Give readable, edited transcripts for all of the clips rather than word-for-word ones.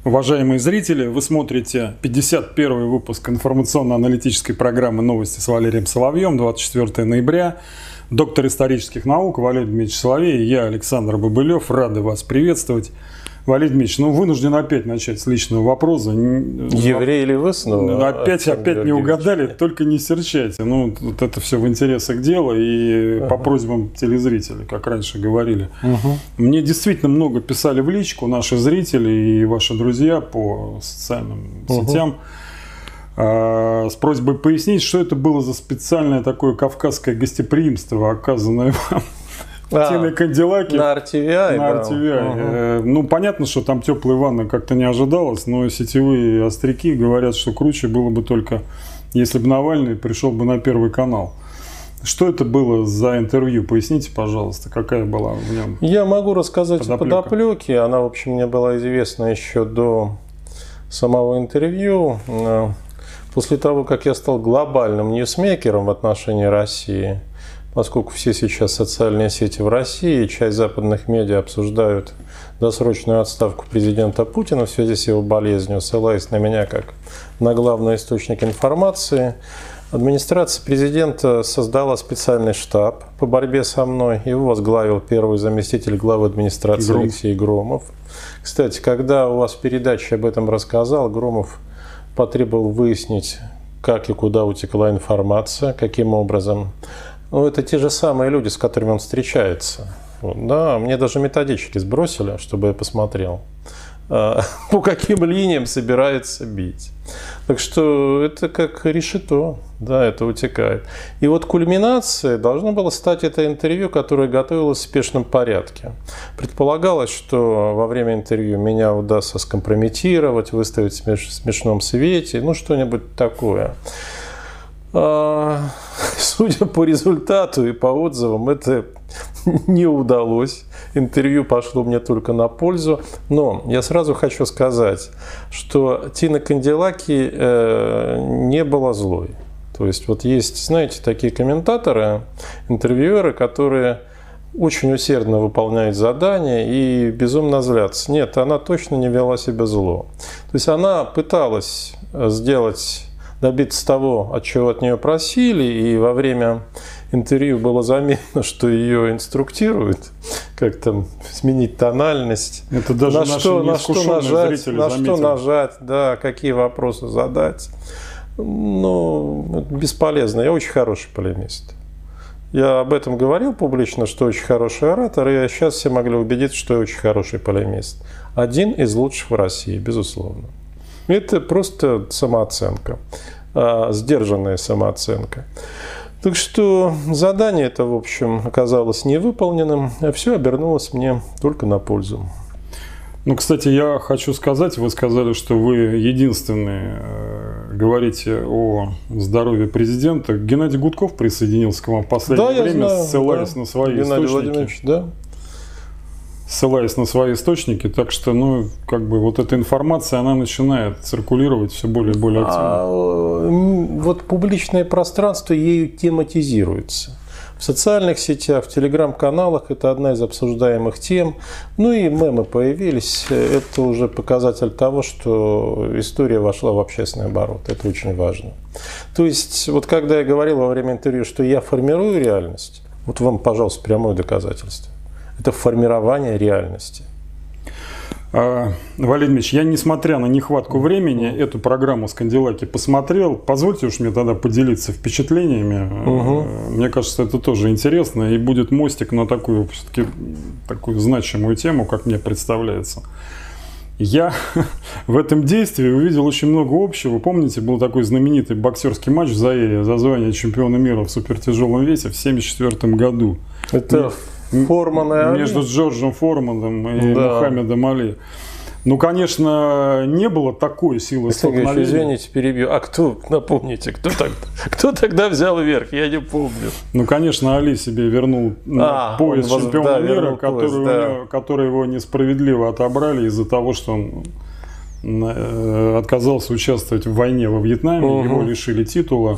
Уважаемые зрители, вы смотрите 51-й выпуск информационно-аналитической программы «Новости» с Валерием Соловьем, 24 ноября. Доктор исторических наук Валерий Дмитриевич Соловей и я, Александр Бобылев, рады вас приветствовать. Валерий Дмитриевич, выждены опять начать с личного вопроса. Еврей или вы снова? Опять не угадали, только не серчайте. Вот это все в интересах дела и по просьбам телезрителей, как раньше говорили. Мне действительно много писали в личку наши зрители и ваши друзья по социальным сетям с просьбой пояснить, что это было за специальное такое кавказское гостеприимство, оказанное вам. Тиной Канделаки на RTVI. На RTVI. Понятно, что там теплой ванны как-то не ожидалось, но сетевые остряки говорят, что круче было бы только, если бы Навальный пришел бы на Первый канал. Что это было за интервью? Поясните, пожалуйста, какая была в нем Я могу рассказать о подоплеке. Она, в общем, мне была известна еще до самого интервью. После того, как я стал глобальным ньюсмейкером в отношении России, поскольку все сейчас социальные сети в России, часть западных медиа обсуждают досрочную отставку президента Путина в связи с его болезнью, ссылаясь на меня как на главный источник информации, администрация президента создала специальный штаб по борьбе со мной. Его возглавил первый заместитель главы администрации Алексей Громов. Кстати, когда у вас в передаче об этом рассказал, Громов потребовал выяснить, как и куда утекла информация, каким образом. Это те же самые люди, с которыми он встречается. Да, мне даже методички сбросили, чтобы я посмотрел, по каким линиям собирается бить. Так что это как решето, да, это утекает. И кульминацией должно было стать это интервью, которое готовилось в спешном порядке. Предполагалось, что во время интервью меня удастся скомпрометировать, выставить в смешном свете, что-нибудь такое. Судя по результату и по отзывам, это не удалось. Интервью пошло мне только на пользу. Но я сразу хочу сказать, что Тина Канделаки не была злой. То есть есть, знаете, такие комментаторы, интервьюеры, которые очень усердно выполняют задания и безумно злятся. Нет, она точно не вела себя зло. То есть она пыталась добиться того, от чего от нее просили, и во время интервью было заметно, что ее инструктируют, как там сменить тональность, это даже на что нажать, да, какие вопросы задать. Бесполезно. Я очень хороший полемист. Я об этом говорил публично, что очень хороший оратор, и сейчас все могли убедиться, что я очень хороший полемист. Один из лучших в России, безусловно. Это просто самооценка, сдержанная самооценка. Так что задание это, в общем, оказалось невыполненным, а все обернулось мне только на пользу. Кстати, я хочу сказать, вы сказали, что вы единственный говорите о здоровье президента. Геннадий Гудков присоединился к вам в последнее время, ссылаясь на свои Геннадий источники. Владимирович, да. Ссылаясь на свои источники, так что, эта информация, она начинает циркулировать все более и более активно. Публичное пространство ею тематизируется. В социальных сетях, в телеграм-каналах это одна из обсуждаемых тем. И мемы появились. Это уже показатель того, что история вошла в общественный оборот. Это очень важно. То есть, когда я говорил во время интервью, что я формирую реальность, вам, пожалуйста, прямое доказательство. Это формирование реальности. Валерий Дмитриевич, я, несмотря на нехватку времени, эту программу с Канделаки посмотрел. Позвольте уж мне тогда поделиться впечатлениями. Мне кажется, это тоже интересно. И будет мостик на такую значимую тему, как мне представляется. Я в этом действии увидел очень много общего. Вы помните, был такой знаменитый боксерский матч в Заире за звание чемпиона мира в супертяжелом весе в 1974 году. Это Форман и Али? Между Джорджем Форманом и Мухаммедом Али. Конечно, не было такой силы столкновения. Извините, перебью. А кто, напомните, кто тогда взял верх? Я не помню. Конечно, Али себе вернул пояс чемпиона мира, который его несправедливо отобрали из-за того, что он отказался участвовать в войне во Вьетнаме, его лишили титула.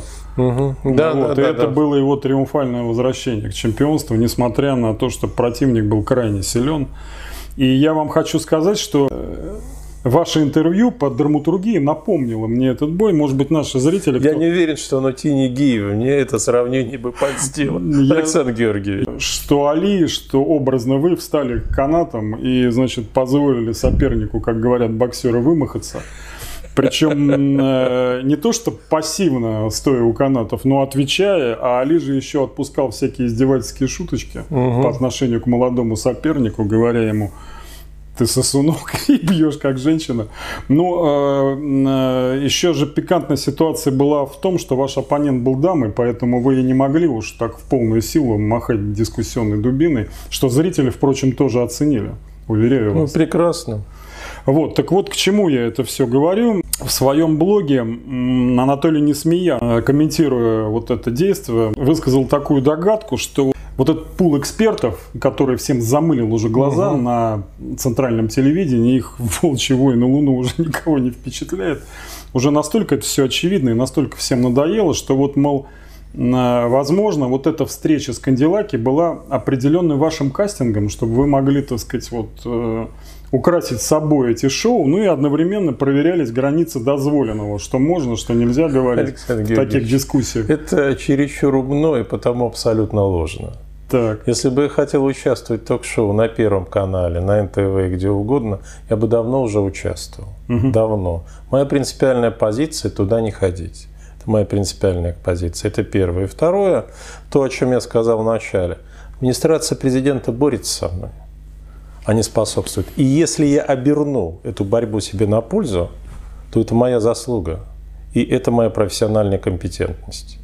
Это было его триумфальное возвращение к чемпионству, несмотря на то, что противник был крайне силен. И я вам хочу сказать, что ваше интервью по драматургии напомнило мне этот бой. Может быть, наши зрители... Я не уверен, что оно Тинигиева. Мне это сравнение бы польстило. Александр Георгиевич. Что Али, что образно вы встали к канатам и, значит, позволили сопернику, как говорят боксеры, вымахаться. Причем не то, что пассивно стоя у канатов, но отвечая, а Али же еще отпускал всякие издевательские шуточки по отношению к молодому сопернику, говоря ему: ты сосунок и бьешь как женщина. Но еще же пикантная ситуация была в том, что ваш оппонент был дамой, поэтому вы и не могли уж так в полную силу махать дискуссионной дубиной, что зрители, впрочем, тоже оценили, уверяю вас. Ну, прекрасно. Вот, так вот, к чему я это все говорю. В своем блоге Анатолий Несмеян, комментируя вот это действие, высказал такую догадку, что вот этот пул экспертов, который всем замылил уже глаза на центральном телевидении, их «Волчий вой» на Луну уже никого не впечатляет. Уже настолько это все очевидно и настолько всем надоело, что вот, мол, возможно, вот эта встреча с Канделаки была определенным вашим кастингом, чтобы вы могли, так сказать, вот украсить собой эти шоу, ну и одновременно проверялись границы дозволенного, что можно, что нельзя говорить в таких дискуссиях. Это чересчур умно и потому абсолютно ложно. Так. Если бы я хотел участвовать в ток-шоу на Первом канале, на НТВ, где угодно, я бы давно уже участвовал. Давно. Моя принципиальная позиция – туда не ходить. Это моя принципиальная позиция. Это первое. И второе, то, о чем я сказал в начале. Администрация президента борется со мной, а не способствует. И если я оберну эту борьбу себе на пользу, то это моя заслуга. И это моя профессиональная компетентность.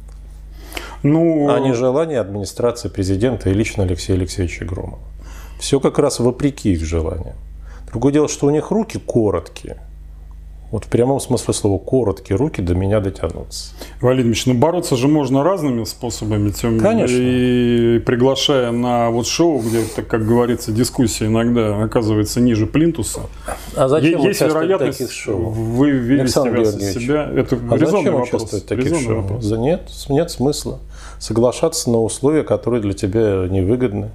А не желание администрации президента и лично Алексея Алексеевича Громова. Все как раз вопреки их желаниям. Другое дело, что у них руки короткие. Вот в прямом смысле слова короткие руки до меня дотянутся. Валерий Ильич, ну бороться же можно разными способами. Конечно. И приглашая на вот шоу, где, как говорится, дискуссия иногда оказывается ниже плинтуса. А зачем есть вероятность, в таких шоу? Вы вывести вас из себя. Это резонный вопрос. В таких шоу? Да нет смысла соглашаться на условия, которые для тебя невыгодны.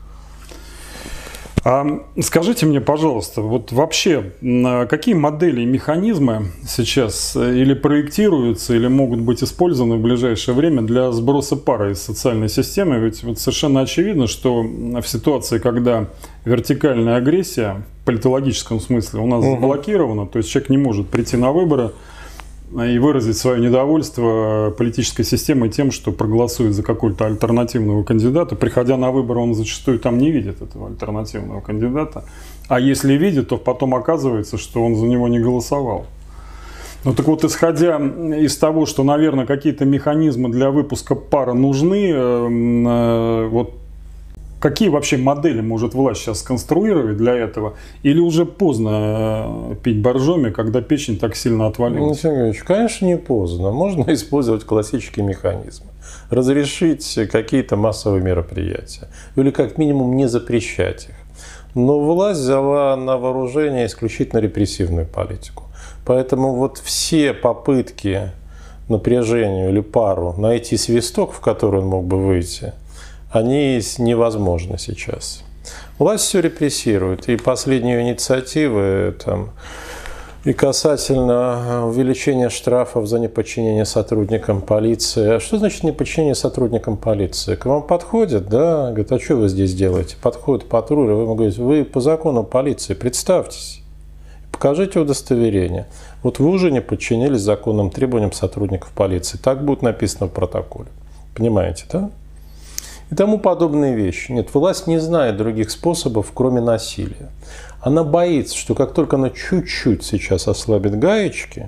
А скажите мне, пожалуйста, вот вообще, какие модели и механизмы сейчас или проектируются, или могут быть использованы в ближайшее время для сброса пара из социальной системы? Ведь вот совершенно очевидно, что в ситуации, когда вертикальная агрессия в политологическом смысле у нас заблокирована, то есть человек не может прийти на выборы и выразить свое недовольство политической системой тем, что проголосует за какого-то альтернативного кандидата. Приходя на выборы, он зачастую там не видит этого альтернативного кандидата. А если видит, то потом оказывается, что он за него не голосовал. Ну так вот, исходя из того, что, наверное, какие-то механизмы для выпуска пара нужны, вот какие вообще модели может власть сейчас сконструировать для этого? Или уже поздно пить боржоми, когда печень так сильно отвалилась? Конечно, не поздно. Можно использовать классические механизмы. Разрешить какие-то массовые мероприятия. Или как минимум не запрещать их. Но власть взяла на вооружение исключительно репрессивную политику. Поэтому вот все попытки напряжению или пару найти свисток, в который он мог бы выйти, они невозможны сейчас. Власть все репрессирует. И последние инициативы там, и касательно увеличения штрафов за неподчинение сотрудникам полиции. А что значит неподчинение сотрудникам полиции? К вам подходят, да, говорят, а что вы здесь делаете? Подходит патруль, вы ему говорите, вы по закону полиции, представьтесь, покажите удостоверение. Вот вы уже не подчинились законным требованиям сотрудников полиции. Так будет написано в протоколе. Понимаете, да? И тому подобные вещи. Нет, власть не знает других способов, кроме насилия. Она боится, что как только она чуть-чуть сейчас ослабит гаечки,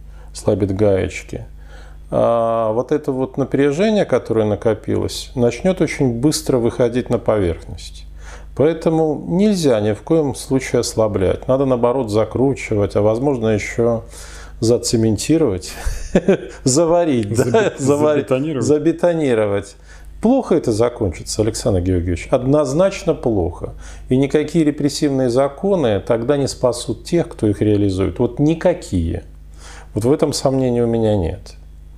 вот это вот напряжение, которое накопилось, начнет очень быстро выходить на поверхность. Поэтому нельзя ни в коем случае ослаблять. Надо, наоборот, закручивать, а возможно еще зацементировать, заварить, забетонировать. Плохо это закончится, Александр Георгиевич, однозначно плохо. И никакие репрессивные законы тогда не спасут тех, кто их реализует. Вот никакие. Вот в этом сомнений у меня нет.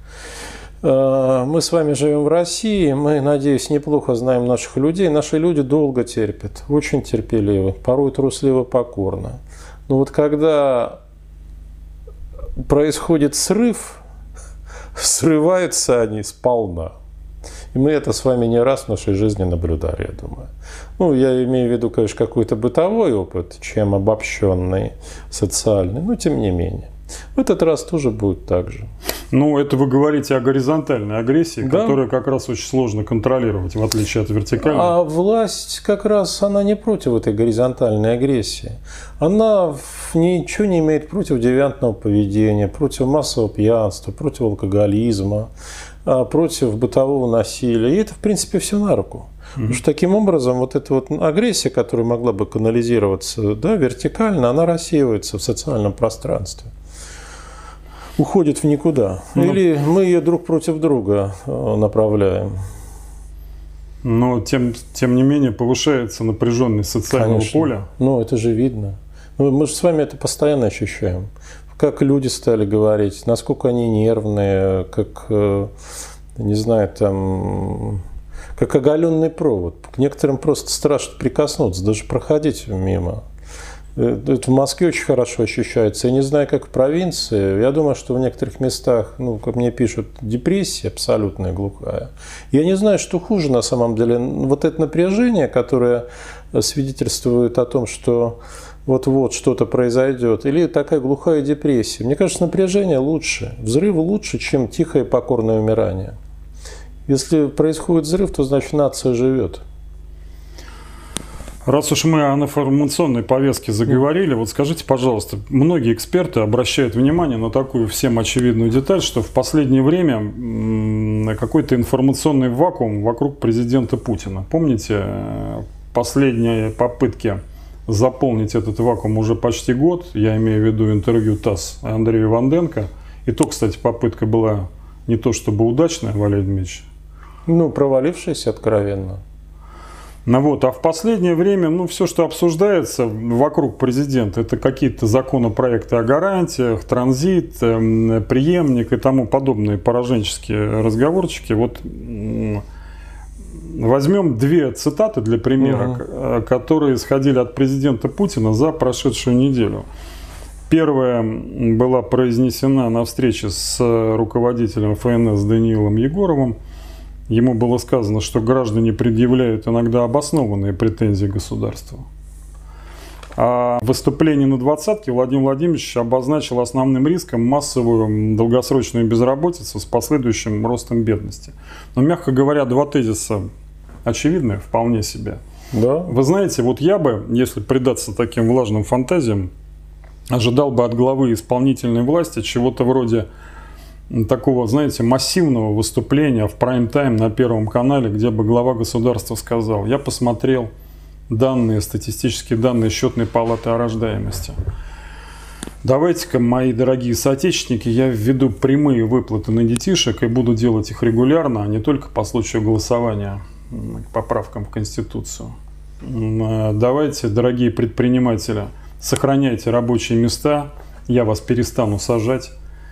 Мы с вами живем в России, мы, надеюсь, неплохо знаем наших людей. Наши люди долго терпят, очень терпеливы, порой трусливо покорно. Но вот когда происходит срыв, срываются они сполна. И мы это с вами не раз в нашей жизни наблюдали, я думаю. Ну, я имею в виду, конечно, какой-то бытовой опыт, чем обобщенный социальный, но тем не менее. В этот раз тоже будет так же. Ну, это вы говорите о горизонтальной агрессии, да, которую как раз очень сложно контролировать, в отличие от вертикальной. А власть как раз, она не против этой горизонтальной агрессии. Она ничего не имеет против девиантного поведения, против массового пьянства, против алкоголизма, против бытового насилия. И это, в принципе, все на руку. Потому что таким образом вот эта вот агрессия, которая могла бы канализироваться, да, вертикально, она рассеивается в социальном пространстве. Уходит в никуда. Или мы ее друг против друга направляем. Но тем не менее повышается напряженность социального поля. Ну, это же видно. Мы же с вами это постоянно ощущаем. Как люди стали говорить, насколько они нервные, как, не знаю, там, как оголенный провод. К некоторым просто страшно прикоснуться, даже проходить мимо. Это в Москве очень хорошо ощущается. Я не знаю, как в провинции. Я думаю, что в некоторых местах, ну, как мне пишут, депрессия абсолютная, глухая. Я не знаю, что хуже на самом деле. Вот это напряжение, которое свидетельствует о том, что вот-вот что-то произойдет, или такая глухая депрессия. Мне кажется, напряжение лучше, взрыв лучше, чем тихое покорное умирание. Если происходит взрыв, то значит нация живет. Раз уж мы о информационной повестке заговорили, вот скажите, пожалуйста, многие эксперты обращают внимание на такую всем очевидную деталь, что в последнее время какой-то информационный вакуум вокруг президента Путина. Помните последние попытки заполнить этот вакуум уже почти год? Я имею в виду интервью ТАСС Андрея Ванденко. И то, кстати, попытка была не то чтобы удачная, Валерий Дмитриевич. Ну, провалившаяся откровенно. Ну вот, а в последнее время, ну, все, что обсуждается вокруг президента, это какие-то законопроекты о гарантиях, транзит, преемник и тому подобные пораженческие разговорчики. Вот возьмем две цитаты для примера, которые исходили от президента Путина за прошедшую неделю. Первая была произнесена на встрече с руководителем ФНС Даниилом Егоровым. Ему было сказано, что граждане предъявляют иногда обоснованные претензии государству. А в выступлении на двадцатке Владимир Владимирович обозначил основным риском массовую долгосрочную безработицу с последующим ростом бедности. Но, мягко говоря, два тезиса очевидны вполне себе. Да. Вы знаете, вот я бы, если предаться таким влажным фантазиям, ожидал бы от главы исполнительной власти чего-то вроде такого, знаете, массивного выступления в прайм-тайм на Первом канале, где бы глава государства сказал: я посмотрел данные, статистические данные Счетной палаты о рождаемости. Давайте-ка, мои дорогие соотечественники, я введу прямые выплаты на детишек и буду делать их регулярно, а не только по случаю голосования к поправкам в Конституцию. Давайте, дорогие предприниматели, сохраняйте рабочие места, я вас перестану сажать,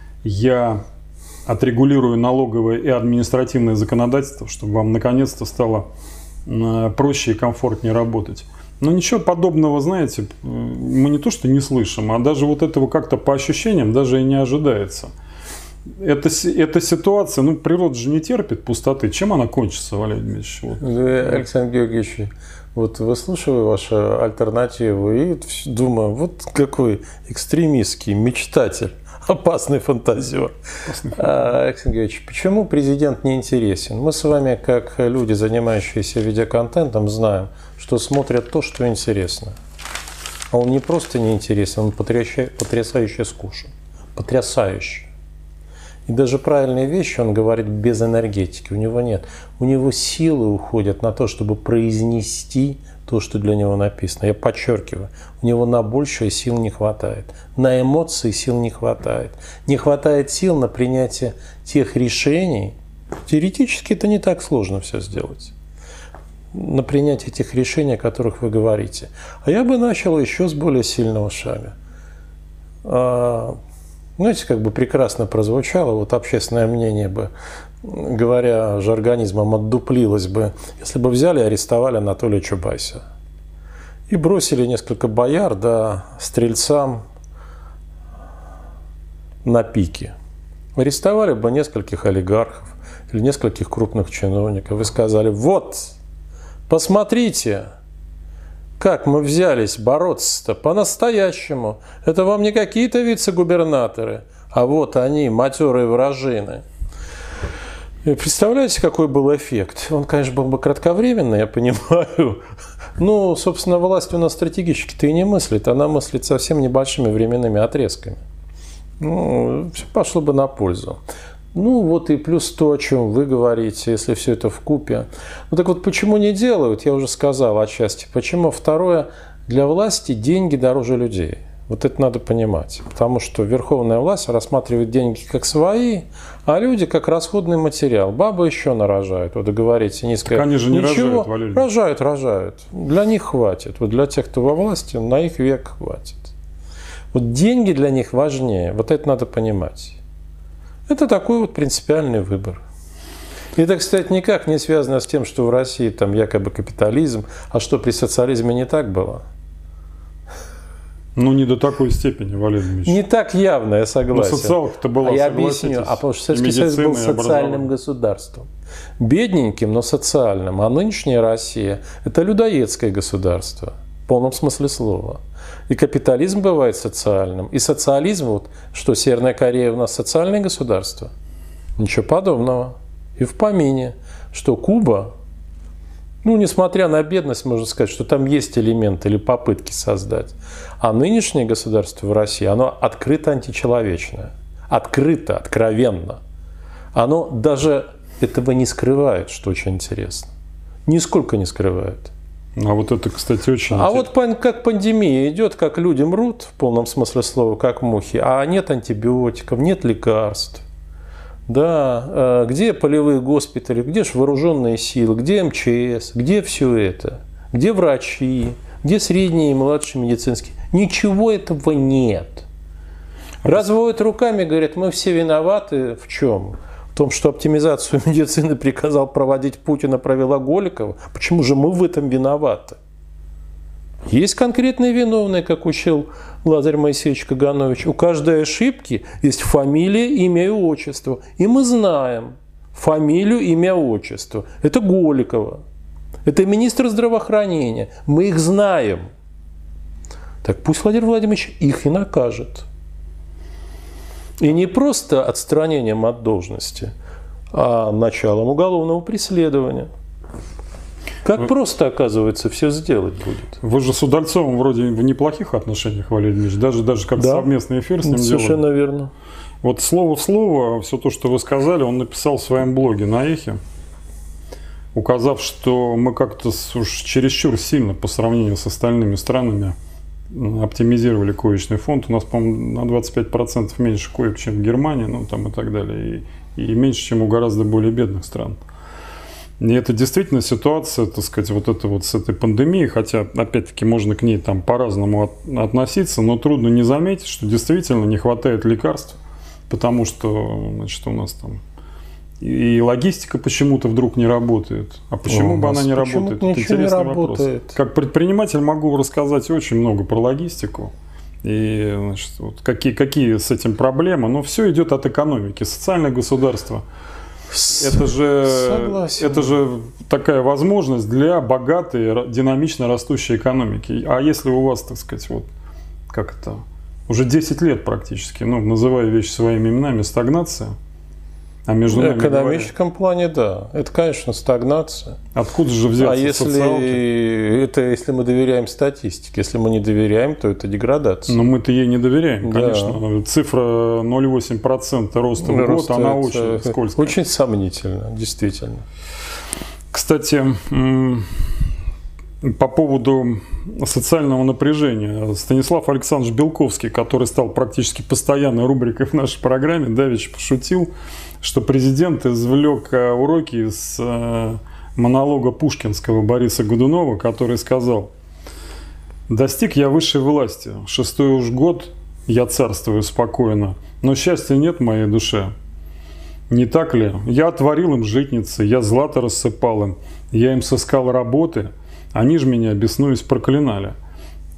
я отрегулирую налоговое и административное законодательство, чтобы вам наконец-то стало проще и комфортнее работать. Но ничего подобного, знаете, мы не то что не слышим, а даже вот этого как-то по ощущениям даже и не ожидается. Эта ситуация, ну, природа же не терпит пустоты. Чем она кончится, Валерий Дмитриевич? Вот. Александр Георгиевич, вот выслушиваю вашу альтернативу и думаю, вот какой экстремистский мечтатель. Опасный фантазер. Александр Георгиевич, почему президент не интересен? Мы с вами, как люди, занимающиеся видеоконтентом, знаем, что смотрят то, что интересно. А он не просто не интересен, он потрясающе скучен. Потрясающе. И даже правильные вещи он говорит без энергетики. У него нет. У него силы уходят на то, чтобы произнести то, что для него написано. Я подчеркиваю, у него на большее сил не хватает. На эмоции сил не хватает. Не хватает сил на принятие тех решений. Теоретически это не так сложно все сделать. На принятие тех решений, о которых вы говорите. А я бы начал еще с более сильного шага. Знаете, как бы прекрасно прозвучало, вот общественное мнение бы, говоря жаргонизмом, отдуплилось бы, если бы взяли и арестовали Анатолия Чубайса. и бросили несколько бояр, да, стрельцам на пике. Арестовали бы нескольких олигархов или нескольких крупных чиновников и сказали: вот, посмотрите, как мы взялись бороться-то по-настоящему. Это вам не какие-то вице-губернаторы, а вот они, матерые вражины. И представляете, какой был эффект? Он, конечно, был бы кратковременный, я понимаю. Ну, собственно, власть у нас стратегически-то и не мыслит. Она мыслит совсем небольшими временными отрезками. Ну, все пошло бы на пользу. Ну, вот и плюс то, о чем вы говорите, если все это вкупе. Ну, так вот, почему не делают, я уже сказал отчасти. Почему? Второе, для власти деньги дороже людей. Вот это надо понимать. Потому что верховная власть рассматривает деньги как свои, а люди как расходный материал. Бабы еще нарожают. Вот говорите, низкое. Так они же не рожают, Валерий. Рожают. Для них хватит. Вот для тех, кто во власти, на их век хватит. Вот деньги для них важнее. Вот это надо понимать. Это такой вот принципиальный выбор. И это, кстати, никак не связано с тем, что в России там якобы капитализм, а что при социализме не так было. Ну, не до такой степени, Валерий Дмитриевич. Не так явно, я согласен. Но социалка-то была, я объясню. А потому что Советский Союз был социальным государством. Бедненьким, но социальным. А нынешняя Россия – это людоедское государство. В полном смысле слова. И капитализм бывает социальным. И социализм, вот что Северная Корея у нас социальное государство. Ничего подобного. И в помине, что Куба, ну, несмотря на бедность, можно сказать, что там есть элементы или попытки создать. А нынешнее государство в России, оно открыто античеловечное. Открыто, откровенно. Оно даже этого не скрывает, что очень интересно. Нисколько не скрывает. А вот это, кстати, очень интересно. А вот как пандемия идет, как люди мрут, в полном смысле слова, как мухи, а нет антибиотиков, нет лекарств. Да, где полевые госпитали, где же вооруженные силы, где МЧС, где все это, где врачи, где средние и младшие медицинские. Ничего этого нет. Разводят руками, говорят, мы все виноваты в чем? В том, что оптимизацию медицины приказал проводить Путин, а провела Голикова. Почему же мы в этом виноваты? Есть конкретные виновные, как учил Лазарь Моисеевич Каганович. У каждой ошибки есть фамилия, имя и отчество. И мы знаем фамилию, имя, отчество. Это Голикова. Это министр здравоохранения. Мы их знаем. Так пусть Владимир Владимирович их и накажет. И не просто отстранением от должности, а началом уголовного преследования. Как просто, оказывается, все сделать будет. Вы же с Удальцовым вроде в неплохих отношениях, Валерий Дмитриевич, даже как совместный эфир с ним делали. Совершенно верно. Вот слово в слово, все то, что вы сказали, он написал в своем блоге на Эхе, указав, что мы как-то уж чересчур сильно по сравнению с остальными странами оптимизировали коечный фонд. У нас, по-моему, на 25% меньше коек, чем в Германии, ну там и так далее, и меньше, чем у гораздо более бедных стран. И это действительно ситуация, так сказать, вот это вот с этой пандемией, хотя, опять-таки, можно к ней там по-разному относиться, но трудно не заметить, что действительно не хватает лекарств, потому что, значит, у нас там и логистика почему-то вдруг не работает. А почему бы она не работает? Это интересный вопрос. Как предприниматель могу рассказать очень много про логистику. И, значит, вот какие с этим проблемы. Но все идет от экономики. Социальное государство. Это же такая возможность для богатой, динамично растущей экономики. А если у вас, так сказать, вот как это, уже 10 лет практически, ну, называя вещи своими именами, стагнация, а между нами в экономическом плане, да. Это, конечно, стагнация. Откуда же взяться социалки? Если мы доверяем статистике, если мы не доверяем, то это деградация. Но мы-то ей не доверяем, конечно. Да. Цифра 0,8% роста в год, она очень скользкая. Очень сомнительно, действительно. Кстати, по поводу социального напряжения. Станислав Александрович Белковский, который стал практически постоянной рубрикой в нашей программе, давеча пошутил, что президент извлек уроки из монолога пушкинского Бориса Годунова, который сказал: «Достиг я высшей власти, 6-й уж год я царствую спокойно, но счастья нет в моей душе. Не так ли? Я отворил им житницы, я злато рассыпал им, я им сыскал работы, они ж меня, беснуясь, проклинали.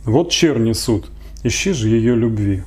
Вот черни суд, ищи же ее любви.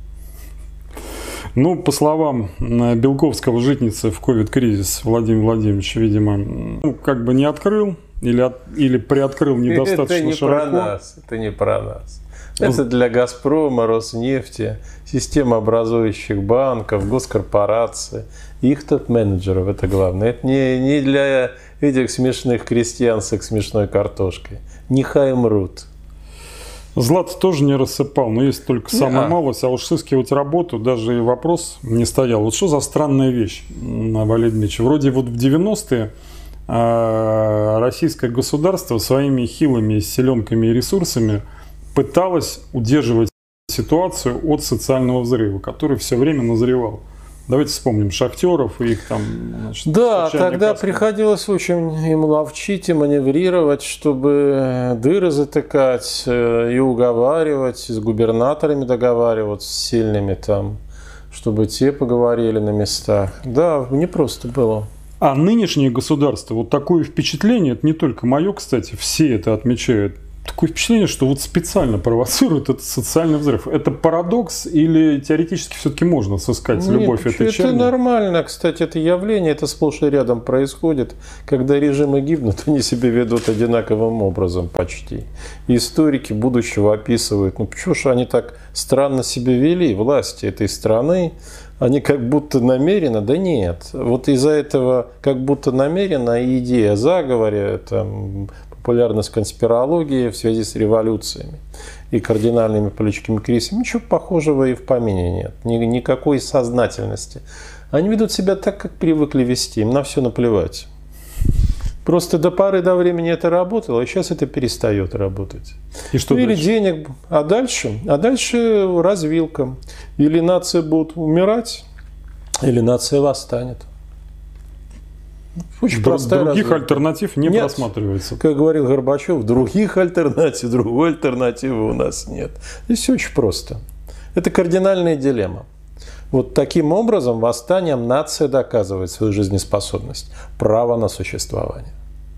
Ну, по словам Белковского житницы в ковид-кризис Владимира Владимировича, видимо, ну, как бы не открыл или приоткрыл недостаточно это не широко. Про нас, это не про нас. Это для «Газпрома», «Роснефти», системообразующих банков, госкорпораций, их топ-менеджеров, это главное. Это не для этих смешных крестьян с их смешной картошкой. Нехай мрут. Злато тоже не рассыпал, но есть только самая малость, а уж сыскивать работу, даже и вопрос не стоял. Вот что за странная вещь, Валерий Дмитриевич? Вроде вот в 90-е российское государство своими хилыми селенками и ресурсами пыталось удерживать ситуацию от социального взрыва, который все время назревал. Давайте вспомним шахтеров и их там... Значит, да, тогда приходилось очень им ловчить и маневрировать, чтобы дыры затыкать и уговаривать, с губернаторами договариваться, с сильными там, чтобы те поговорили на местах. Да, непросто было. А нынешнее государство, вот такое впечатление, это не только мое, кстати, все это отмечают, такое впечатление, что вот специально провоцирует этот социальный взрыв. Это парадокс или теоретически все-таки можно сыскать любовь этой черни? Это нормально, кстати, это явление, это сплошь и рядом происходит. Когда режимы гибнут, они себя ведут одинаковым образом почти. И историки будущего описывают, ну почему же они так странно себя вели, власти этой страны, они как будто намеренно, да нет. Вот из-за этого как будто намеренно идея о заговоре, там, популярность конспирологии в связи с революциями и кардинальными политическими кризисами. Ничего похожего и в помине нет. Никакой сознательности. Они ведут себя так, как привыкли вести. Им на все наплевать. Просто до поры до времени это работало, а сейчас это перестает работать. И что или дальше? Денег. А дальше развилка. Или нация будет умирать, или нация восстанет. Очень простая Других развилка. альтернатив не просматривается. Как говорил Горбачев, других альтернатив, другой альтернативы у нас нет. Здесь все очень просто. Это кардинальная дилемма. Вот таким образом восстанием нация доказывает свою жизнеспособность, право на существование.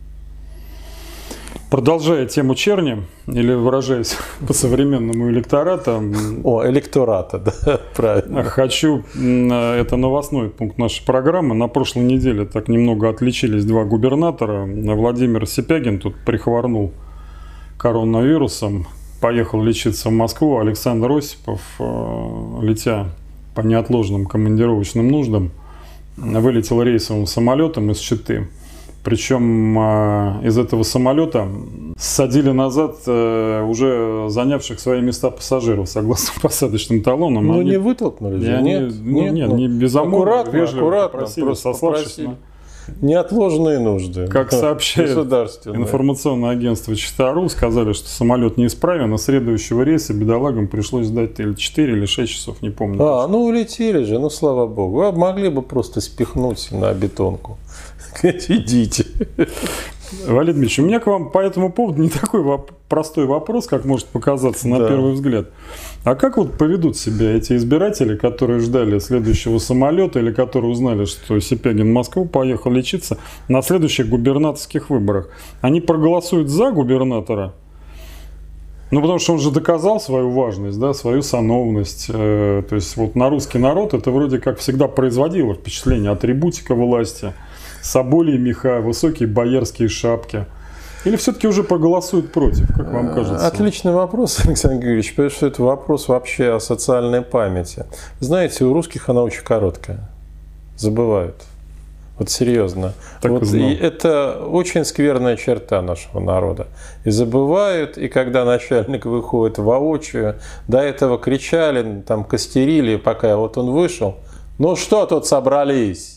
Продолжая тему черни, или выражаясь по-современному электората... Электората, да, правильно. Хочу, это новостной пункт нашей программы. На прошлой неделе так немного отличились два губернатора. Владимир Сипягин тут прихворнул коронавирусом, поехал лечиться в Москву. Александр Осипов, летя по неотложным командировочным нуждам, вылетел рейсовым самолетом из Читы. Причем из этого самолета ссадили назад уже занявших свои места пассажиров, согласно посадочным талонам. Ну, не вытолкнули же? Нет, не без омора, вежливо попросили, сославшись на неотложные нужды. Как сообщает информационное агентство Чита.ру, сказали, что самолет неисправен, а следующего рейса бедолагам пришлось ждать или 4, или 6 часов, не помню. Ну улетели же, ну слава богу. А могли бы просто спихнуть на бетонку. Идите. Валерий Дмитриевич, у меня к вам по этому поводу не такой простой вопрос, как может показаться на первый взгляд. А как вот поведут себя эти избиратели, которые ждали следующего самолета или которые узнали, что Сипягин в Москву поехал лечиться на следующих губернаторских выборах? Они проголосуют за губернатора? Ну, потому что он же доказал свою важность, да, свою сановность. То есть вот на русский народ это вроде как всегда производило впечатление атрибутика власти. Соболи и меха, высокие боярские шапки. Или все-таки уже проголосуют против, как вам кажется? Отличный вопрос, Александр Георгиевич, потому что это вопрос вообще о социальной памяти. Знаете, у русских она очень короткая. Забывают. Вот серьезно. Вот и это очень скверная черта нашего народа. И забывают, и когда начальник выходит воочию, до этого кричали, там костерили, пока вот он вышел. Ну что тут собрались?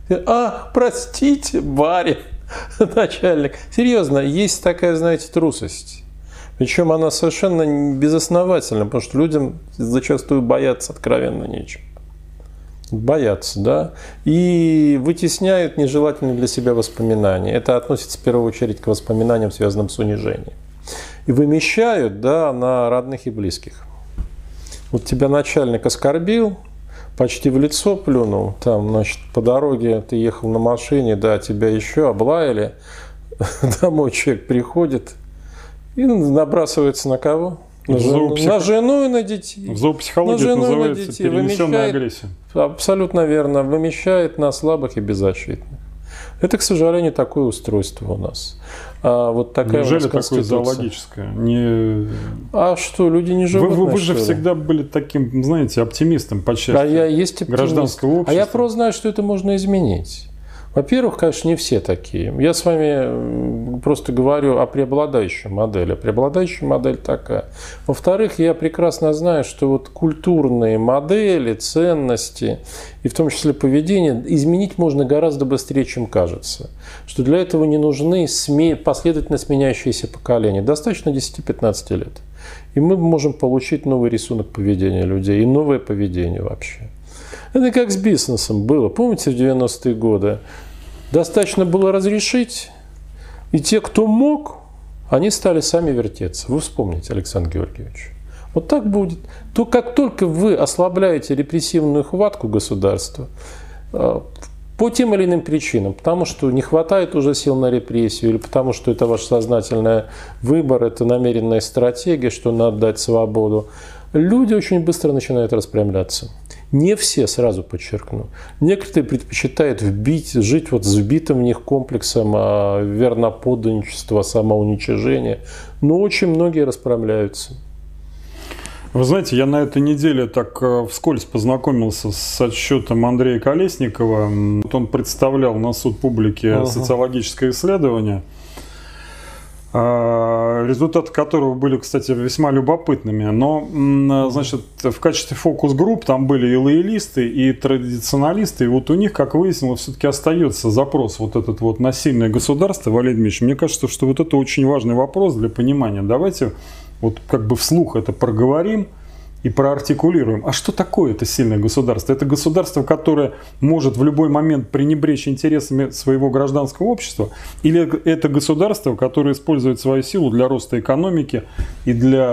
Простите, барин, начальник. Серьезно, есть такая, знаете, трусость. Причем она совершенно безосновательна, потому что людям зачастую бояться откровенно нечем. Боятся, да. И вытесняют нежелательные для себя воспоминания. Это относится в первую очередь к воспоминаниям, связанным с унижением. И вымещают, да, на родных и близких. Вот тебя начальник оскорбил, почти в лицо плюнул, там, значит, по дороге ты ехал на машине, да, тебя еще облаяли, домой человек приходит и набрасывается на кого? На жену и на детей. В зоопсихологии это называется перенесенная агрессия. Абсолютно верно. Вымещает на слабых и беззащитных. Это, к сожалению, такое устройство у нас. Вот такая Неужели такое зоологическое? А что, люди не животные? Вы же всегда были таким, знаете, оптимистом по части гражданского общества. А я просто знаю, что это можно изменить. Во-первых, конечно, не все такие. Я с вами просто говорю о преобладающей модели. Преобладающая модель такая. Во-вторых, я прекрасно знаю, что вот культурные модели, ценности и в том числе поведение изменить можно гораздо быстрее, чем кажется. Что для этого не нужны последовательно сменяющиеся поколения. Достаточно 10-15 лет. И мы можем получить новый рисунок поведения людей и новое поведение вообще. Это как с бизнесом было. Помните, в 90-е годы достаточно было разрешить, и те, кто мог, они стали сами вертеться. Вы вспомните, Александр Георгиевич. Вот так будет. То, как только вы ослабляете репрессивную хватку государства, по тем или иным причинам, потому что не хватает уже сил на репрессию, или потому что это ваш сознательный выбор, это намеренная стратегия, что надо дать свободу, люди очень быстро начинают распрямляться. Не все, сразу подчеркну. Некоторые предпочитают жить вот с вбитым в них комплексом верноподданничества, самоуничижения. Но очень многие распрямляются. Вы знаете, я на этой неделе так вскользь познакомился с отчетом Андрея Колесникова. Он представлял на суд публики социологическое исследование, результаты которого были, кстати, весьма любопытными. Но, значит, в качестве фокус-групп там были и лоялисты, и традиционалисты. И вот у них, как выяснилось, все-таки остается запрос вот этот вот на сильное государство, Валерий Дмитриевич. Мне кажется, что вот это очень важный вопрос для понимания. Давайте вот как бы вслух это проговорим и проартикулируем. А что такое это сильное государство? Это государство, которое может в любой момент пренебречь интересами своего гражданского общества? Или это государство, которое использует свою силу для роста экономики и для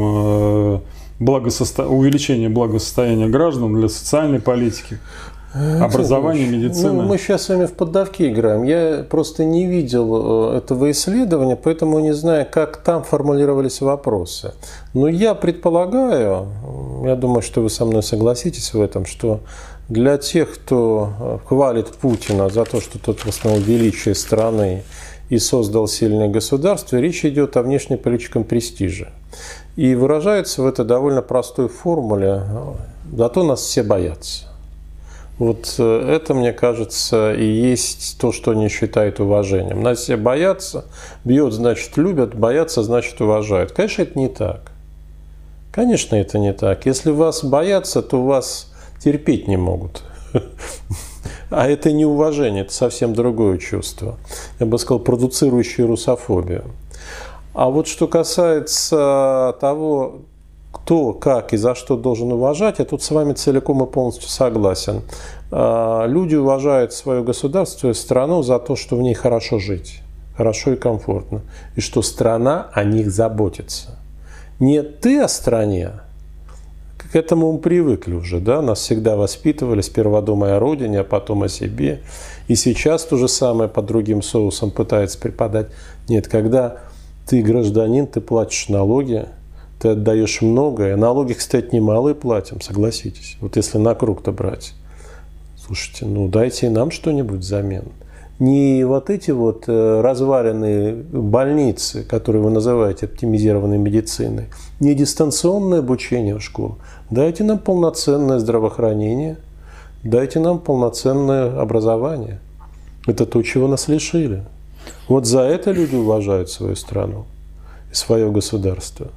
увеличения благосостояния граждан, для социальной политики? Образование, медицина. Мы сейчас с вами в поддавки играем. Я просто не видел этого исследования, поэтому не знаю, как там формулировались вопросы. Но я предполагаю, я думаю, что вы со мной согласитесь в этом, что для тех, кто хвалит Путина за то, что тот восстановил величие страны и создал сильное государство, речь идет о внешнеполитическом престиже. И выражается в этой довольно простой формуле: зато нас все боятся. Вот это, мне кажется, и есть то, что они считают уважением. Нас все боятся, бьет, значит, любят, боятся, значит, уважают. Конечно, это не так. Конечно, это не так. Если вас боятся, то вас терпеть не могут. А это не уважение, это совсем другое чувство. Я бы сказал, продуцирующее русофобию. А вот что касается того, кто, как и за что должен уважать, я тут с вами целиком и полностью согласен. Люди уважают свое государство и страну за то, что в ней хорошо жить, хорошо и комфортно, и что страна о них заботится. Не ты о стране, к этому мы привыкли уже, да? Нас всегда воспитывали, сперва думая о родине, а потом о себе. И сейчас то же самое под другим соусом пытаются преподать. Нет, когда ты гражданин, ты платишь налоги, ты отдаешь многое. Налоги, кстати, немалые платим, согласитесь. Вот если на круг-то брать. Слушайте, ну дайте и нам что-нибудь взамен. Не вот эти вот разваленные больницы, которые вы называете оптимизированной медициной, не дистанционное обучение в школу. Дайте нам полноценное здравоохранение, дайте нам полноценное образование. Это то, чего нас лишили. Вот за это люди уважают свою страну и свое государство.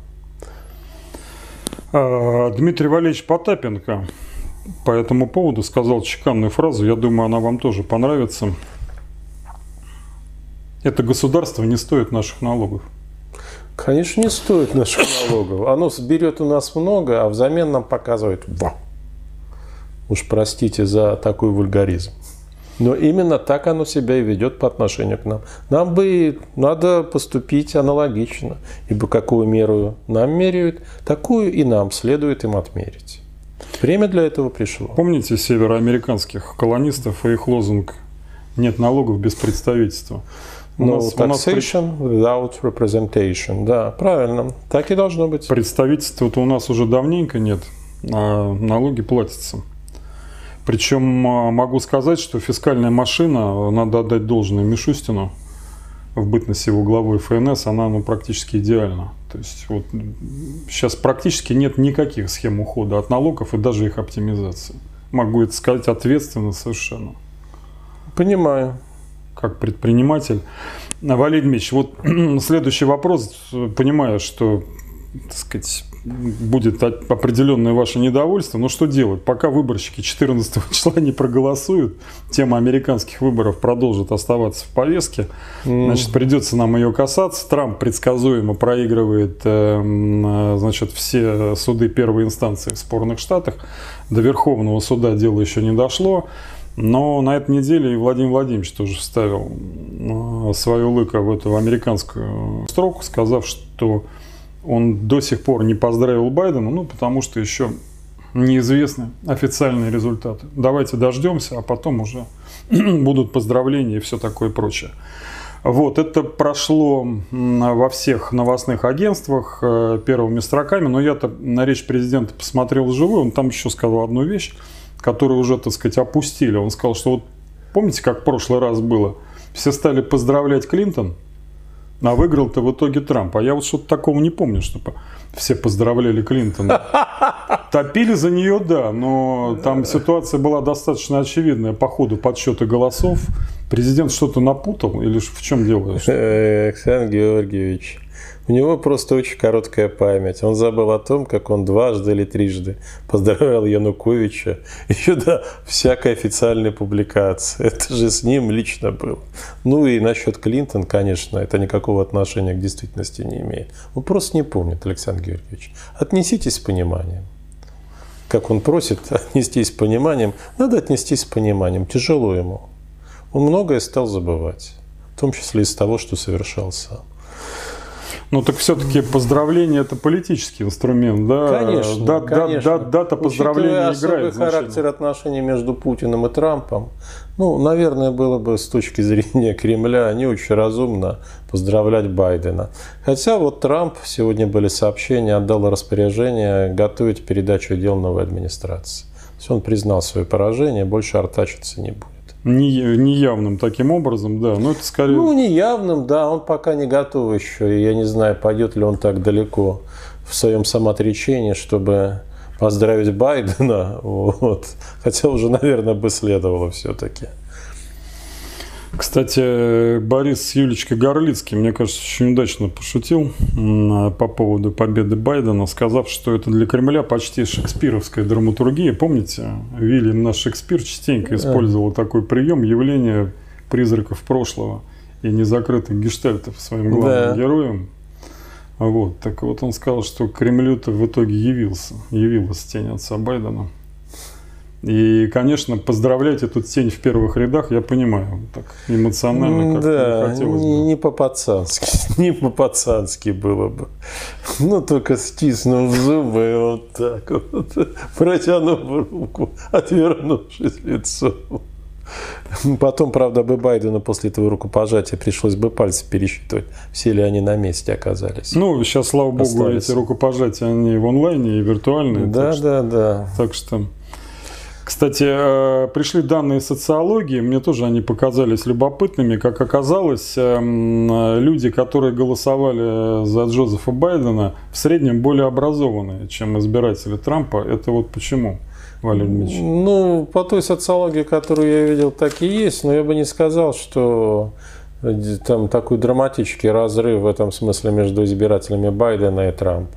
Дмитрий Валерьевич Потапенко по этому поводу сказал чеканную фразу, я думаю, она вам тоже понравится. Это государство не стоит наших налогов. Конечно, не стоит наших налогов. Оно берет у нас много, а взамен нам показывает «ва». Уж простите за такой вульгаризм. Но именно так оно себя и ведет по отношению к нам. Нам бы надо поступить аналогично, ибо какую меру нам меряют, такую и нам следует им отмерить. Время для этого пришло. Помните североамериканских колонистов и их лозунг «нет налогов без представительства»? No taxation without representation. Да, правильно. Так и должно быть. Представительства-то у нас уже давненько нет, а налоги платятся. Причем могу сказать, что фискальная машина, надо отдать должное Мишустину, в бытность его главой ФНС, она практически идеальна. То есть вот сейчас практически нет никаких схем ухода от налогов и даже их оптимизации. Могу это сказать ответственно совершенно. Понимаю. Как предприниматель. Валерий Дмитриевич, вот следующий вопрос. Понимаю, что, так сказать, будет определенное ваше недовольство, но что делать? Пока выборщики 14 числа не проголосуют, тема американских выборов продолжит оставаться в повестке. Значит, придется нам ее касаться. Трамп предсказуемо проигрывает, значит, все суды первой инстанции в спорных штатах. До Верховного суда дело еще не дошло. Но на этой неделе и Владимир Владимирович тоже вставил свое лыко в эту американскую строку, сказав, что он до сих пор не поздравил Байдена, потому что еще неизвестны официальные результаты. Давайте дождемся, а потом уже будут поздравления и все такое прочее. Вот, это прошло во всех новостных агентствах первыми строками, но я-то на речь президента посмотрел вживую, он там еще сказал одну вещь, которую уже, так сказать, опустили. Он сказал, что вот помните, как в прошлый раз было? Все стали поздравлять Клинтон, а выиграл-то в итоге Трамп. А я вот что-то такого не помню, чтобы все поздравляли Клинтона. Топили за нее, да, но там ситуация была достаточно очевидная по ходу подсчета голосов. Президент что-то напутал или в чем дело? Александр Георгиевич, у него просто очень короткая память. Он забыл о том, как он дважды или трижды поздравлял Януковича еще до всякой официальной публикации. Это же с ним лично было. Ну и насчет Клинтон, конечно, это никакого отношения к действительности не имеет. Он просто не помнит, Александр Георгиевич. Отнеситесь с пониманием. Как он просит отнестись с пониманием, надо отнестись с пониманием. Тяжело ему. Он многое стал забывать, в том числе из того, что совершал сам. Ну так все-таки поздравление — это политический инструмент, да? Конечно, конечно. Дата поздравления играет значение. Характер отношений между Путиным и Трампом, наверное, было бы с точки зрения Кремля не очень разумно поздравлять Байдена. Хотя вот Трамп, сегодня были сообщения, отдал распоряжение готовить передачу дел новой администрации. То есть он признал свое поражение, больше артачиться не будет. Неявным таким образом, да, но это скорее... неявным, да, он пока не готов еще, и я не знаю, пойдет ли он так далеко в своем самоотречении, чтобы поздравить Байдена, вот. Хотя уже, наверное, бы следовало все-таки. Кстати, Борис с Юлечкой Горлицкий, мне кажется, очень удачно пошутил по поводу победы Байдена, сказав, что это для Кремля почти шекспировская драматургия. Помните, Вильям наш Шекспир частенько использовал такой прием явления призраков прошлого и незакрытых гештальтов своим главным героем. Вот. Так вот он сказал, что Кремлю-то в итоге явилась тень отца Байдена. И, конечно, поздравлять эту тень в первых рядах, я понимаю, так эмоционально как-то не хотелось бы. Не по-пацански было бы. Только стиснув зубы вот так вот, протянув руку, отвернувшись лицом. Потом, правда, бы Байдену после этого рукопожатия пришлось бы пальцы пересчитывать, все ли они на месте оказались. Сейчас, слава богу, эти рукопожатия, они в онлайне и виртуальные. Да. Так что... Кстати, пришли данные социологии, мне тоже они показались любопытными. Как оказалось, люди, которые голосовали за Джозефа Байдена, в среднем более образованные, чем избиратели Трампа. Это вот почему, Валерий Дмитриевич? По той социологии, которую я видел, так и есть, но я бы не сказал, что там такой драматический разрыв в этом смысле между избирателями Байдена и Трампа.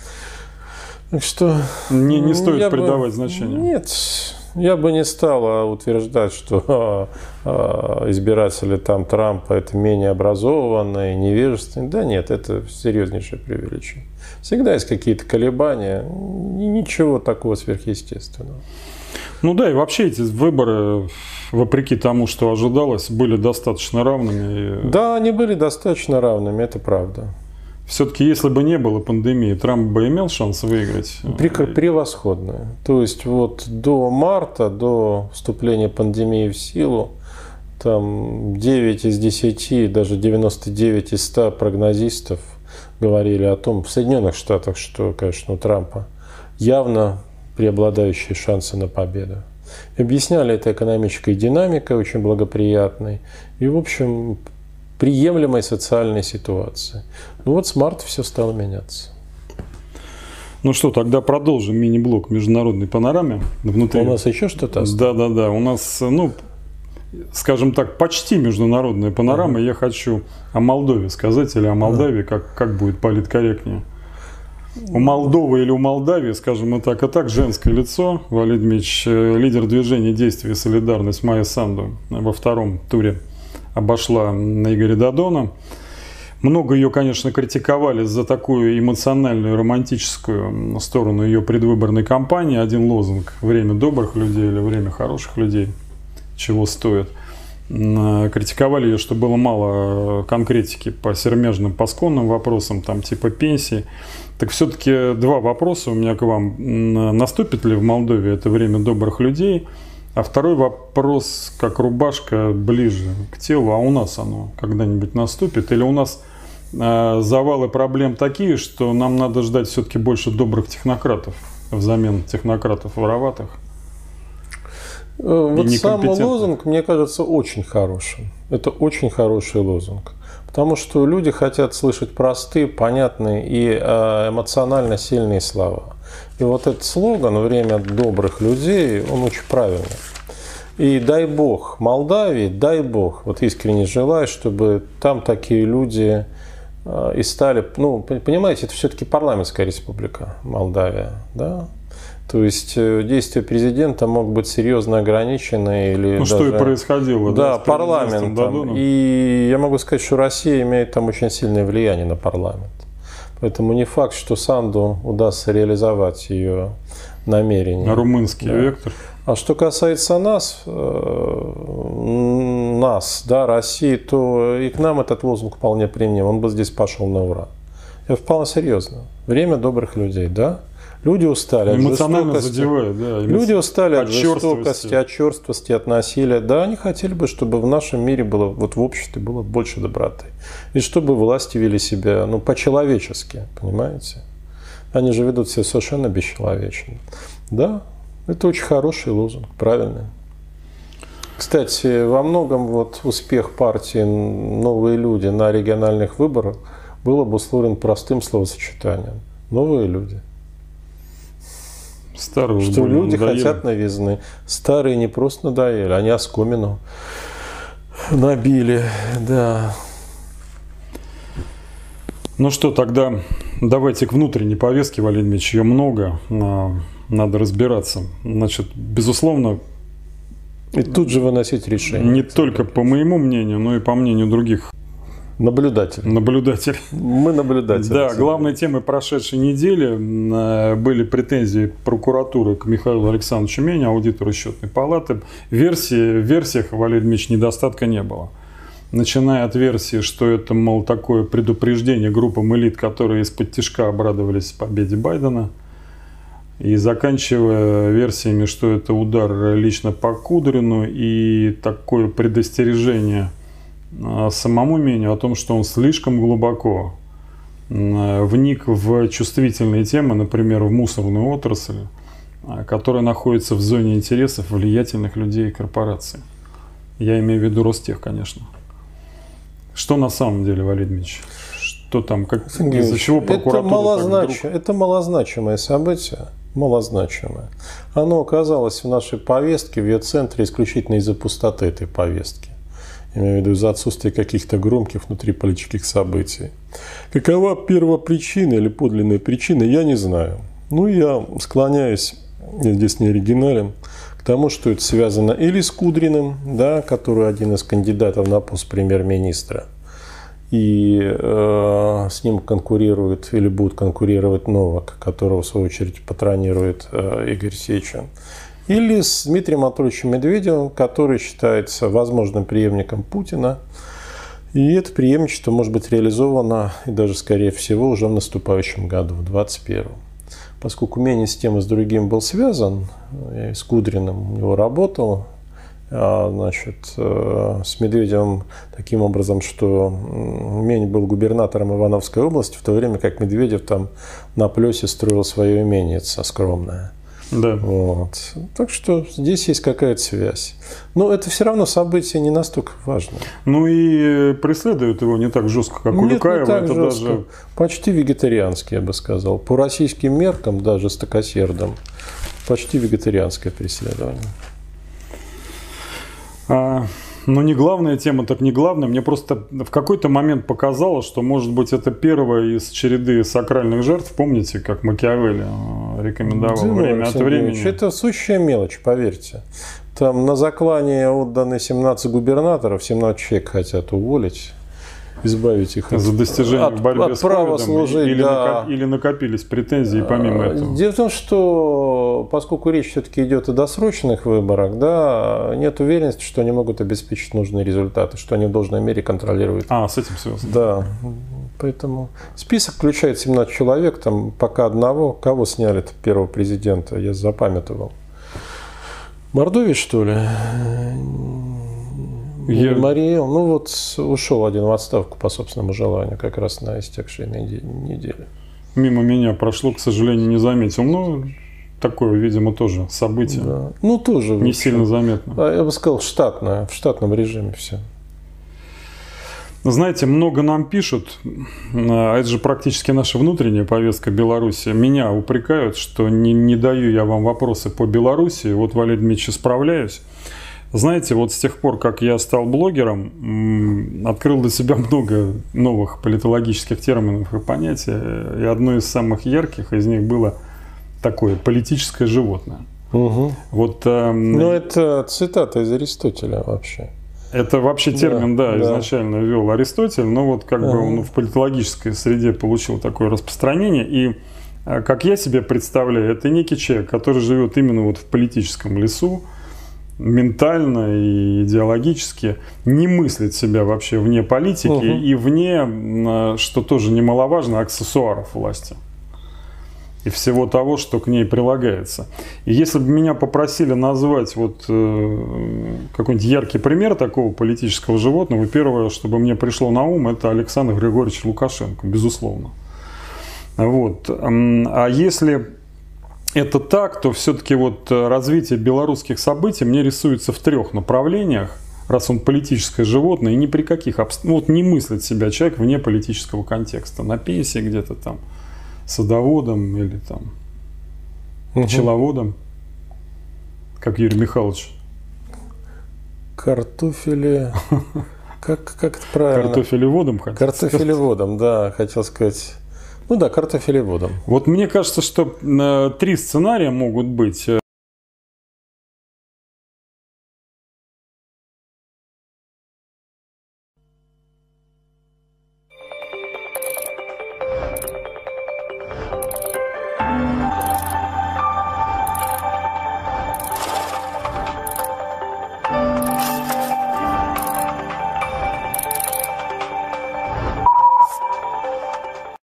Так что не стоит придавать значения. Нет, я бы не стал утверждать, что избиратели Трампа это менее образованные, невежественные. Да нет, это серьезнейшее преувеличение. Всегда есть какие-то колебания, ничего такого сверхъестественного. И вообще эти выборы, вопреки тому, что ожидалось, были достаточно равными. Да, они были достаточно равными, это правда. Все-таки, если бы не было пандемии, Трамп бы имел шанс выиграть? Превосходно. То есть вот до марта, до вступления пандемии в силу, там 9 из 10, даже 99 из 100 прогнозистов говорили о том, в Соединенных Штатах, что, конечно, у Трампа явно преобладающие шансы на победу. И объясняли это экономической динамикой, очень благоприятной, и, в общем, приемлемой социальной ситуации. Ну вот с марта все стало меняться. Ну что, тогда продолжим мини-блок международной панорамы. Внутри. У нас еще что-то осталось? Да. У нас, скажем так, почти международная панорама. Я хочу о Молдове сказать, или о Молдавии, как будет политкорректнее. У Молдовы или у Молдавии, скажем и так, женское лицо. Валерий Дмитриевич, лидер движения «Действие и солидарность» Майя Санду во втором туре обошла Игоря Додона. Много ее, конечно, критиковали за такую эмоциональную, романтическую сторону ее предвыборной кампании. Один лозунг – «Время добрых людей» или «Время хороших людей», чего стоит. Критиковали ее, что было мало конкретики по сермяжным, пасконным вопросам, там типа пенсии. Так все-таки два вопроса у меня к вам. Наступит ли в Молдове это время добрых людей? А второй вопрос, как рубашка ближе к телу, а у нас оно когда-нибудь наступит? Или у нас завалы проблем такие, что нам надо ждать все-таки больше добрых технократов взамен технократов вороватых? Вот сам лозунг, мне кажется, очень хорошим. Это очень хороший лозунг. Потому что люди хотят слышать простые, понятные и эмоционально сильные слова. И вот этот слоган «Время добрых людей», он очень правильный. И дай бог Молдавии, дай бог, вот искренне желаю, чтобы там такие люди и стали, понимаете, это все-таки парламентская республика Молдавия, да? То есть действия президента могут быть серьезно ограничены или даже... что и происходило. Да, парламентом. И я могу сказать, что Россия имеет там очень сильное влияние на парламент. Поэтому не факт, что Санду удастся реализовать ее намерения. Румынский вектор. А что касается нас, России, то и к нам этот лозунг вполне применим. Он бы здесь пошел на ура. Я вполне серьезно. Время добрых людей, да? Люди устали от жестокости. Люди устали от жестокости, от черствости, от насилия. Да, они хотели бы, чтобы в нашем мире было, вот в обществе было больше доброты. И чтобы власти вели себя, по-человечески, понимаете? Они же ведут себя совершенно бесчеловечно. Да, это очень хороший лозунг, правильный. Кстати, во многом вот успех партии «Новые люди» на региональных выборах был обусловлен простым словосочетанием. Новые люди. Старые что люди хотят новизны. Старые не просто надоели, они оскомину набили. Да. Ну что, тогда давайте к внутренней повестке, Валерий Дмитриевич. Ее много, надо разбираться. Значит, безусловно... И тут же выносить решение. Не только по моему мнению, но и по мнению других наблюдателей. Мы наблюдатели. Да, главной темой прошедшей недели были претензии прокуратуры к Михаилу Александровичу Мене, аудитору Счетной палаты. В версиях, Валерий Дмитриевич, недостатка не было. Начиная от версии, что это, мол, такое предупреждение группам элит, которые из-под тишка обрадовались победе Байдена, и заканчивая версиями, что это удар лично по Кудрину и такое предостережение самому Мене о том, что он слишком глубоко вник в чувствительные темы, например, в мусорную отрасль, которая находится в зоне интересов влиятельных людей и корпораций. Я имею в виду Ростех, конечно. Что на самом деле, Валерий Дмитриевич? Что там, из-за чего прокуратура... Это малозначимое событие. Малозначимое. Оно оказалось в нашей повестке, в ее центре, исключительно из-за пустоты этой повестки. Имею в виду из-за отсутствия каких-то громких внутриполитических событий. Какова первопричина или подлинная причина, я не знаю. Я склоняюсь, я здесь не оригинален, к тому, что это связано или с Кудриным, да, который один из кандидатов на пост премьер-министра, и с ним конкурирует или будет конкурировать Новак, которого в свою очередь патронирует Игорь Сечин. Или с Дмитрием Анатольевичем Медведевым, который считается возможным преемником Путина. И это преемничество может быть реализовано, и даже, скорее всего, уже в наступающем году, в 2021. Поскольку Мене с тем и с другим был связан, я с Кудриным у него работал, значит, с Медведевым таким образом, что Мень был губернатором Ивановской области, в то время как Медведев там на Плесе строил свое именице скромное. Да. Вот. Так что здесь есть какая-то связь. Но это все равно событие не настолько важное. Ну и преследуют его не так жестко, как у Люкаева. Не так это жестко. Даже... Почти вегетарианский, я бы сказал. По российским меркам, даже жестокосердым, почти вегетарианское преследование. Но не главная тема, так не главная. Мне просто в какой-то момент показалось, что, может быть, это первая из череды сакральных жертв. Помните, как Макиавелли рекомендовал время от времени? Это сущая мелочь, поверьте. Там на заклание отданы 17 губернаторов, 17 человек хотят уволить, избавить их за достижение в борьбе от с права ковидом, служить, или накопились претензии помимо этого? Дело в том, что поскольку речь все-таки идет о досрочных выборах, да, нет уверенности, что они могут обеспечить нужные результаты, что они в должной мере контролируют. С этим связано. Да, поэтому список включает 17 человек, там пока одного, кого сняли первого президента, я запамятовал. Мордович, что ли? Мариэл, ну вот ушел один в отставку по собственному желанию, как раз на истекшей неделе. Мимо меня прошло, к сожалению, не заметил. Ну, такое, видимо, тоже событие. Да. Ну, тоже. Не сильно заметно. Я бы сказал, штатное, в штатном режиме все. Знаете, много нам пишут, а это же практически наша внутренняя повестка Беларуси. Меня упрекают, что не даю я вам вопросы по Беларуси. Вот, Валерий Дмитриевич, справляюсь. Знаете, вот с тех пор, как я стал блогером, открыл для себя много новых политологических терминов и понятий. И одно из самых ярких из них было такое политическое животное. Угу. Вот, ну, это цитата из Аристотеля вообще. Это вообще термин, да, изначально ввел Аристотель, но вот как бы он в политологической среде получил такое распространение. И, как я себе представляю, это некий человек, который живет именно вот в политическом лесу, ментально и идеологически, не мыслит себя вообще вне политики и вне, что тоже немаловажно, аксессуаров власти и всего того, что к ней прилагается. И если бы меня попросили назвать вот какой-нибудь яркий пример такого политического животного, первое, что бы мне пришло на ум, это Александр Григорьевич Лукашенко, безусловно. Вот. А если это так, то все-таки вот развитие белорусских событий мне рисуется в 3 направлениях, раз он политическое животное, и ни при каких вот не мыслит себя человек вне политического контекста, на пенсии где-то там, садоводом или там пчеловодом, как Юрий Михайлович. Картофели... Как это правильно? Картофелеводом, Картофелеводом, да, хотел сказать. Ну да, картофелеводом. Вот мне кажется, что 3 сценария могут быть.